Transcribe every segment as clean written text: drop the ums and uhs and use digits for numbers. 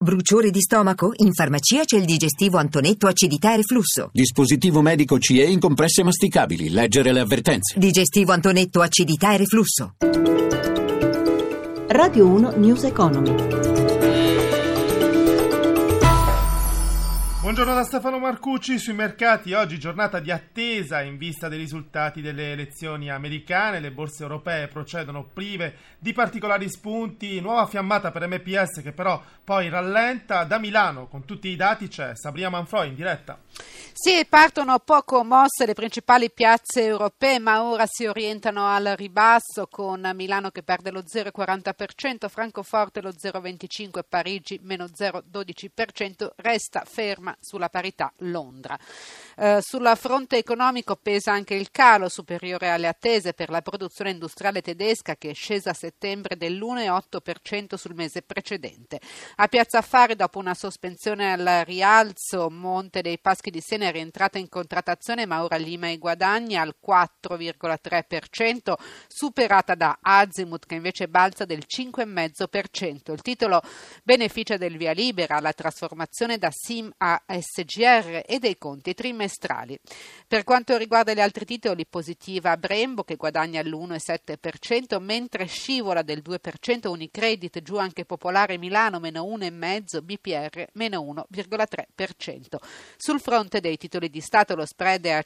Bruciore di stomaco? In farmacia c'è il digestivo Antonetto acidità e reflusso. Dispositivo medico CE in compresse masticabili. Leggere le avvertenze. Digestivo Antonetto acidità e reflusso. Radio 1 News Economy. Buongiorno da Stefano Marcucci. Sui mercati oggi giornata di attesa in vista dei risultati delle elezioni americane. Le borse europee procedono prive di particolari spunti, nuova fiammata per MPS che però poi rallenta. Da Milano con tutti i dati c'è Sabrina Manfroi in diretta. Sì, partono poco mosse le principali piazze europee, ma ora si orientano al ribasso con Milano che perde lo 0,40%, Francoforte lo 0,25%, Parigi meno 0,12%, resta ferma sulla parità Londra. Sul fronte economico pesa anche il calo superiore alle attese per la produzione industriale tedesca che è scesa a settembre dell'1,8% sul mese precedente. A Piazza Affari, dopo una sospensione al rialzo, Monte dei Paschi di Siena è rientrata in contrattazione, ma ora lima i guadagni al 4,3%, superata da Azimut che invece balza del 5,5%. Il titolo beneficia del via libera alla trasformazione da SIM a SGR e dei conti trimestrali. Per quanto riguarda gli altri titoli, positiva Brembo che guadagna l'1,7%, mentre scivola del 2% Unicredit, giù anche Popolare Milano meno 1,5%, BPR meno 1,3%. Sul fronte dei titoli di Stato lo spread è a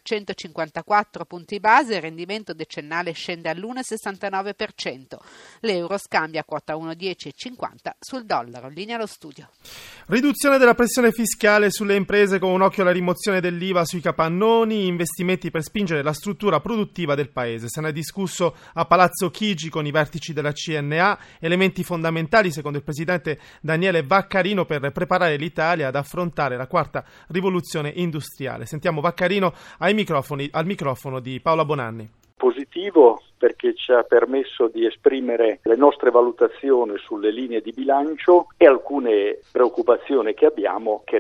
154 punti base, il rendimento decennale scende all'1,69%. L'euro scambia a quota 1,10,50 sul dollaro. Linea allo studio. Riduzione della pressione fiscale sulle imprese con un occhio alla rimozione dell'IVA sui capannoni, investimenti per spingere la struttura produttiva del paese. Se ne è discusso a Palazzo Chigi con i vertici della CNA, elementi fondamentali secondo il presidente Daniele Vaccarino per preparare l'Italia ad affrontare la quarta rivoluzione industriale. Sentiamo Vaccarino al microfono di Paola Bonanni. Positivo perché ci ha permesso di esprimere le nostre valutazioni sulle linee di bilancio e alcune preoccupazioni che abbiamo che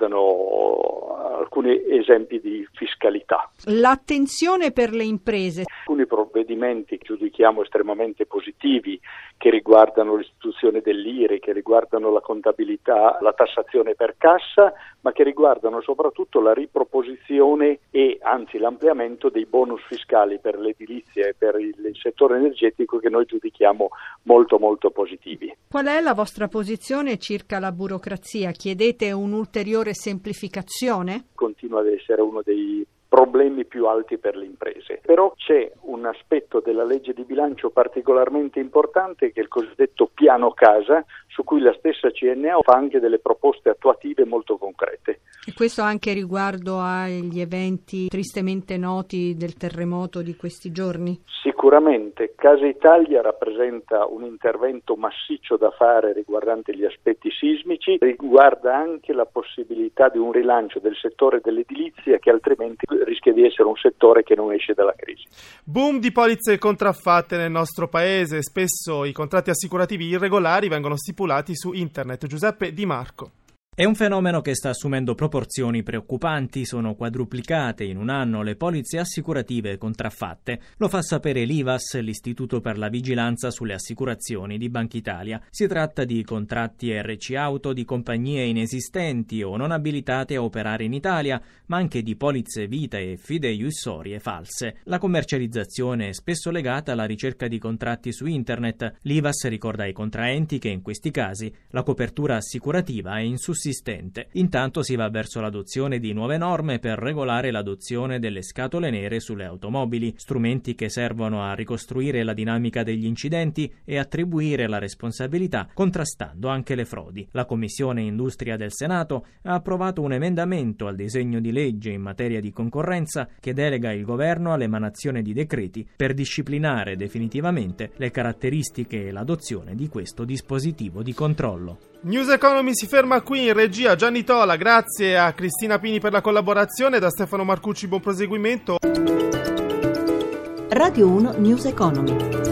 riguardano alcuni esempi di fiscalità. L'attenzione per le imprese. Alcuni provvedimenti che giudichiamo estremamente positivi che riguardano l'istituzione dell'IRE, che riguardano la contabilità, la tassazione per cassa, ma che riguardano soprattutto la riproposizione e anzi l'ampliamento dei bonus fiscali per l'edilizia e per il settore energetico che noi giudichiamo molto molto positivi. Qual è la vostra posizione circa la burocrazia? Chiedete un'ulteriore semplificazione? Continua ad essere uno dei problemi più alti per le imprese. Però c'è un aspetto della legge di bilancio particolarmente importante che è il cosiddetto piano casa, su cui la stessa CNA fa anche delle proposte attuative molto concrete. E questo anche riguardo agli eventi tristemente noti del terremoto di questi giorni? Sicuramente Casa Italia rappresenta un intervento massiccio da fare riguardante gli aspetti sismici, riguarda anche la possibilità di un rilancio del settore dell'edilizia che altrimenti rischia di essere un settore che non esce dalla crisi. Boom di polizze contraffatte nel nostro paese, spesso i contratti assicurativi irregolari vengono stipulati su internet. Giuseppe Di Marco. È un fenomeno che sta assumendo proporzioni preoccupanti, sono quadruplicate in un anno le polizze assicurative contraffatte. Lo fa sapere l'IVAS, l'Istituto per la Vigilanza sulle Assicurazioni di Bankitalia. Si tratta di contratti RC Auto di compagnie inesistenti o non abilitate a operare in Italia, ma anche di polizze vita e fideiussorie false. La commercializzazione è spesso legata alla ricerca di contratti su internet. L'IVAS ricorda ai contraenti che in questi casi la copertura assicurativa è insussistente. Intanto si va verso l'adozione di nuove norme per regolare l'adozione delle scatole nere sulle automobili, strumenti che servono a ricostruire la dinamica degli incidenti e attribuire la responsabilità, contrastando anche le frodi. La Commissione Industria del Senato ha approvato un emendamento al disegno di legge in materia di concorrenza che delega il governo all'emanazione di decreti per disciplinare definitivamente le caratteristiche e l'adozione di questo dispositivo di controllo. News Economy si ferma qui. In regia Gianni Tola, grazie a Cristina Pini per la collaborazione, da Stefano Marcucci buon proseguimento. Radio 1 News Economy.